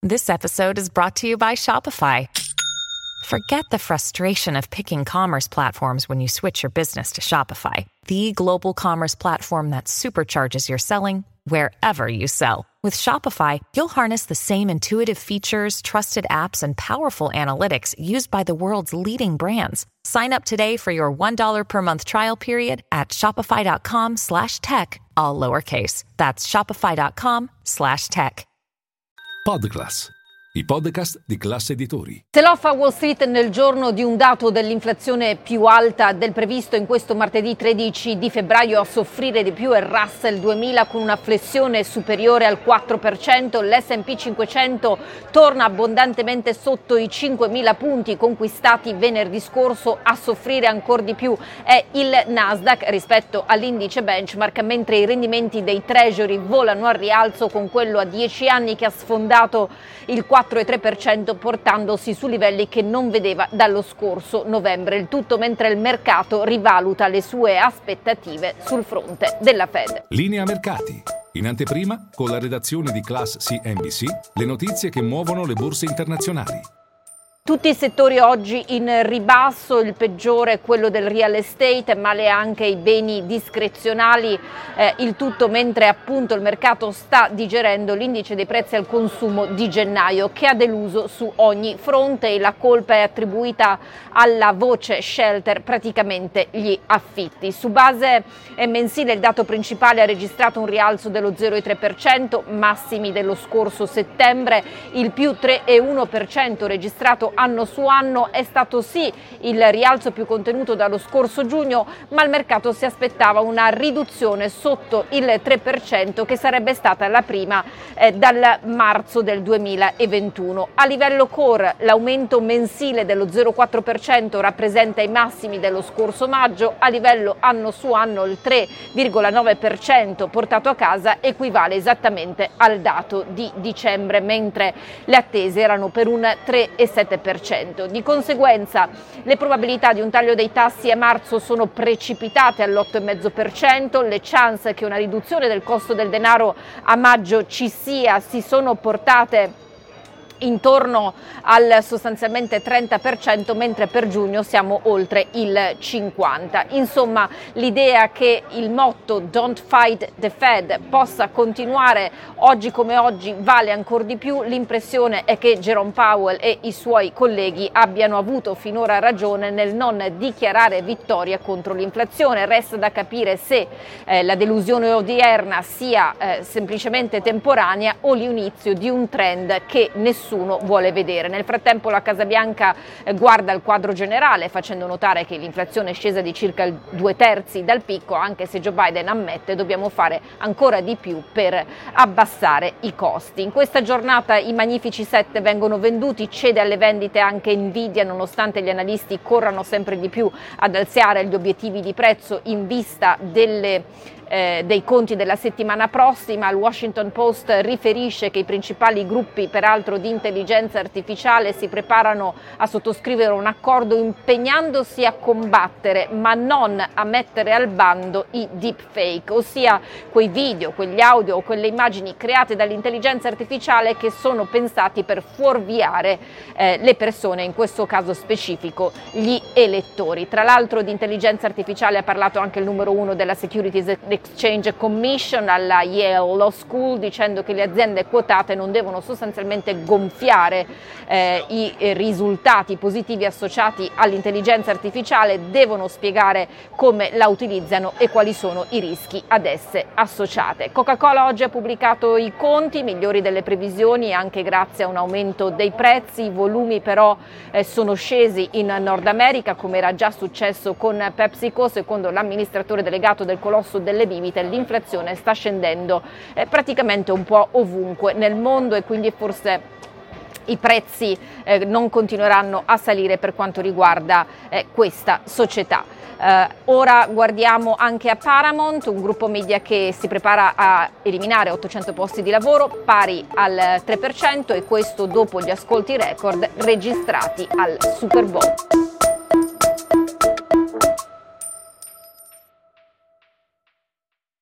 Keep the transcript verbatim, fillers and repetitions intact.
This episode is brought to you by Shopify. Forget the frustration of picking commerce platforms when you switch your business to Shopify, the global commerce platform that supercharges your selling wherever you sell. With Shopify, you'll harness the same intuitive features, trusted apps, and powerful analytics used by the world's leading brands. Sign up today for your one dollar per month trial period at shopify.com slash tech, all lowercase. That's shopify.com slash tech. Podclass, i podcast di Class Editori. Sell-off a Wall Street nel giorno di un dato dell'inflazione più alta del previsto in questo martedì tredici di febbraio. A soffrire di più è il Russell duemila con una flessione superiore al quattro per cento. L'S and P cinquecento torna abbondantemente sotto i cinquemila punti conquistati venerdì scorso. A soffrire ancora di più è il Nasdaq rispetto all'indice benchmark, mentre i rendimenti dei treasury volano al rialzo, con quello a dieci anni che ha sfondato il quattro virgola tre per cento, portandosi su livelli che non vedeva dallo scorso novembre. Il tutto mentre il mercato rivaluta le sue aspettative sul fronte della Fed. Linea mercati. In anteprima, con la redazione di Class C N B C, le notizie che muovono le borse internazionali. Tutti i settori oggi in ribasso, il peggiore è quello del real estate, male anche i beni discrezionali, eh, il tutto mentre appunto il mercato sta digerendo l'indice dei prezzi al consumo di gennaio, che ha deluso su ogni fronte, e la colpa è attribuita alla voce shelter, praticamente gli affitti. Su base mensile il dato principale ha registrato un rialzo dello zero virgola tre per cento, massimi dello scorso settembre. Il più tre virgola uno per cento registrato anno su anno è stato sì il rialzo più contenuto dallo scorso giugno, ma il mercato si aspettava una riduzione sotto il tre per cento, che sarebbe stata la prima eh, dal marzo del duemilaventuno. A livello core l'aumento mensile dello zero virgola quattro per cento rappresenta i massimi dello scorso maggio. A livello anno su anno il tre virgola nove per cento portato a casa equivale esattamente al dato di dicembre, mentre le attese erano per un tre virgola sette per cento. Di conseguenza le probabilità di un taglio dei tassi a marzo sono precipitate all'otto virgola cinque per cento, le chance che una riduzione del costo del denaro a maggio ci sia si sono portate intorno al sostanzialmente trenta per cento, mentre per giugno siamo oltre il cinquanta per cento. Insomma, l'idea che il motto "Don't fight the Fed" possa continuare oggi come oggi vale ancora di più. L'impressione è che Jerome Powell e i suoi colleghi abbiano avuto finora ragione nel non dichiarare vittoria contro l'inflazione. Resta da capire se eh, la delusione odierna sia eh, semplicemente temporanea o l'inizio di un trend che nessuno vuole vedere. Nel frattempo la Casa Bianca guarda il quadro generale, facendo notare che l'inflazione è scesa di circa il due terzi dal picco, anche se Joe Biden ammette dobbiamo fare ancora di più per abbassare i costi. In questa giornata i magnifici sette vengono venduti, cede alle vendite anche Nvidia, nonostante gli analisti corrano sempre di più ad alzare gli obiettivi di prezzo in vista delle Eh, dei conti della settimana prossima. Il Washington Post riferisce che i principali gruppi, peraltro di intelligenza artificiale, si preparano a sottoscrivere un accordo impegnandosi a combattere, ma non a mettere al bando, i deepfake, ossia quei video, quegli audio o quelle immagini create dall'intelligenza artificiale che sono pensati per fuorviare eh, le persone, in questo caso specifico gli elettori. Tra l'altro di intelligenza artificiale ha parlato anche il numero uno della Securities Exchange Commission alla Yale Law School, dicendo che le aziende quotate non devono sostanzialmente gonfiare eh, i risultati positivi associati all'intelligenza artificiale, devono spiegare come la utilizzano e quali sono i rischi ad esse associate. Coca-Cola oggi ha pubblicato i conti migliori delle previsioni, anche grazie a un aumento dei prezzi. I volumi però eh, sono scesi in Nord America, come era già successo con PepsiCo. Secondo l'amministratore delegato del colosso delle bibite, l'inflazione sta scendendo eh, praticamente un po' ovunque nel mondo, e quindi forse i prezzi eh, non continueranno a salire per quanto riguarda eh, questa società. Eh, ora guardiamo anche a Paramount, un gruppo media che si prepara a eliminare ottocento posti di lavoro, pari al tre per cento, e questo dopo gli ascolti record registrati al Super Bowl.